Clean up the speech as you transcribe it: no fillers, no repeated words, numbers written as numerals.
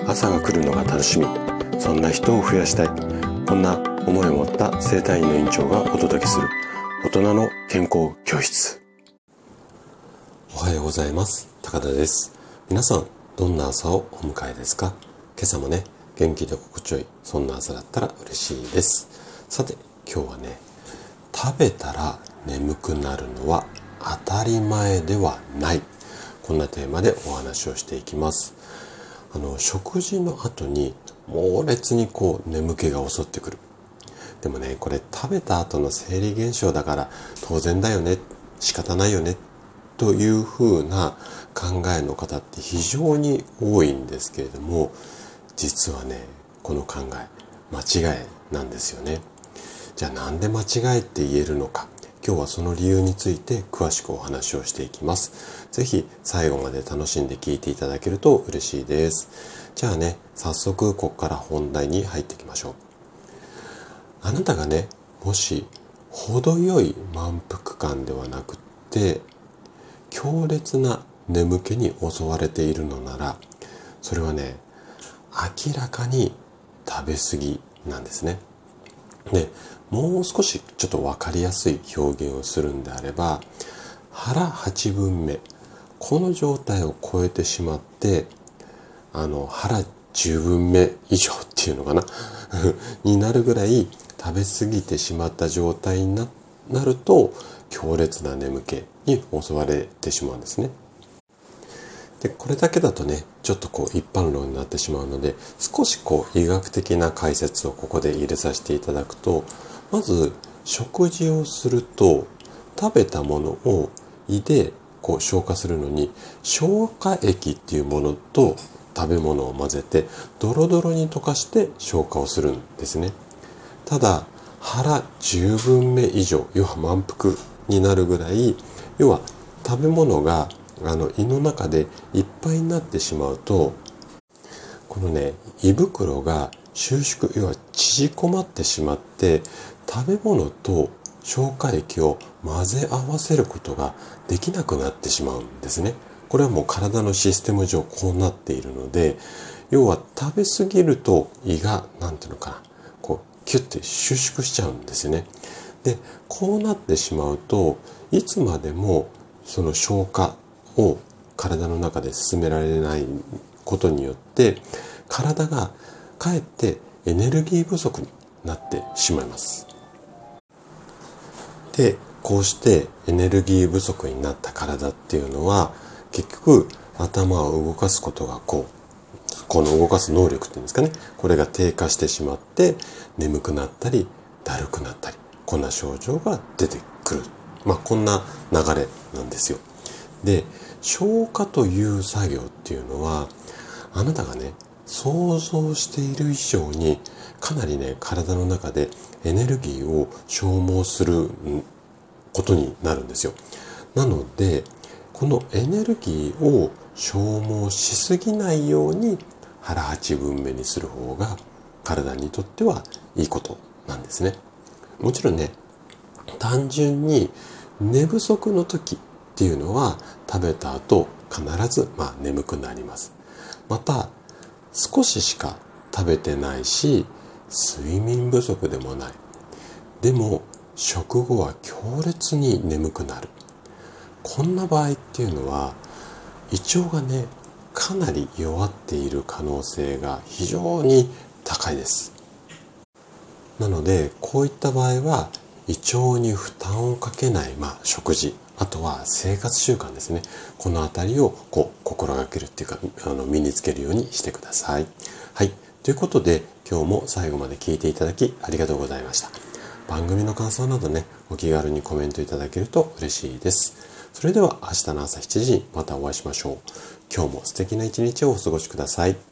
朝が来るのが楽しみ、そんな人を増やしたい、こんな思いを持った整体院の院長がお届けする大人の健康教室。おはようございます。高田です。皆さんどんな朝をお迎えですか？今朝もね、元気で心地よい、そんな朝だったら嬉しいです。さて今日はね、食べたら眠くなるのは当たり前ではない、こんなテーマでお話をしていきます。食事の後に猛烈に眠気が襲ってくる。でもね、これ食べた後の生理現象だから当然だよね、仕方ないよねという風な考えの方って非常に多いんですけれども、実はね、この考え間違いなんですよね。じゃあなんで間違いって言えるのか、今日はその理由について詳しくお話をしていきます。ぜひ最後まで楽しんで聞いていただけると嬉しいです。じゃあね、早速ここから本題に入っていきましょう。あなたがね、もし程よい満腹感ではなくって強烈な眠気に襲われているのなら、それはね、明らかに食べ過ぎなんですね。で、もう少しちょっと分かりやすい表現をするんであれば、腹8分目、この状態を超えてしまって、腹10分目以上っていうのかなになるぐらい食べ過ぎてしまった状態になると、強烈な眠気に襲われてしまうんですね。で、これだけだとね、ちょっと一般論になってしまうので、少し医学的な解説をここで入れさせていただくと、まず食事をすると食べたものを胃で消化するのに、消化液っていうものと食べ物を混ぜてドロドロに溶かして消化をするんですね。ただ腹10分目以上、要は満腹になるぐらい、要は食べ物が胃の中でいっぱいになってしまうと、このね、胃袋が収縮、要は縮こまってしまって、食べ物と消化液を混ぜ合わせることができなくなってしまうんですね。これはもう体のシステム上こうなっているので、要は食べ過ぎると胃がキュッて収縮しちゃうんですよね。で、こうなってしまうと、いつまでもその消化を体の中で進められないことによって、体がかえってエネルギー不足になってしまいます。で、こうしてエネルギー不足になった体っていうのは、結局頭を動かすことがこの動かす能力っていうんですかね、これが低下してしまって眠くなったりだるくなったり、こんな症状が出てくる。こんな流れなんですよ。で、消化という作業っていうのは、あなたがね、想像している以上にかなりね、体の中でエネルギーを消耗することになるんですよ。なので、このエネルギーを消耗しすぎないように腹8分目にする方が体にとってはいいことなんですね。もちろんね、単純に寝不足の時っていうのは食べた後必ず眠くなります。また少ししか食べてないし、睡眠不足でもない。でも食後は強烈に眠くなる。こんな場合っていうのは、胃腸がね、かなり弱っている可能性が非常に高いです。なので、こういった場合は胃腸に負担をかけない食事、あとは生活習慣ですね。このあたりを心がけるっていうか、身につけるようにしてください。はい。ということで、今日も最後まで聞いていただきありがとうございました。番組の感想などね、お気軽にコメントいただけると嬉しいです。それでは明日の朝7時にまたお会いしましょう。今日も素敵な一日をお過ごしください。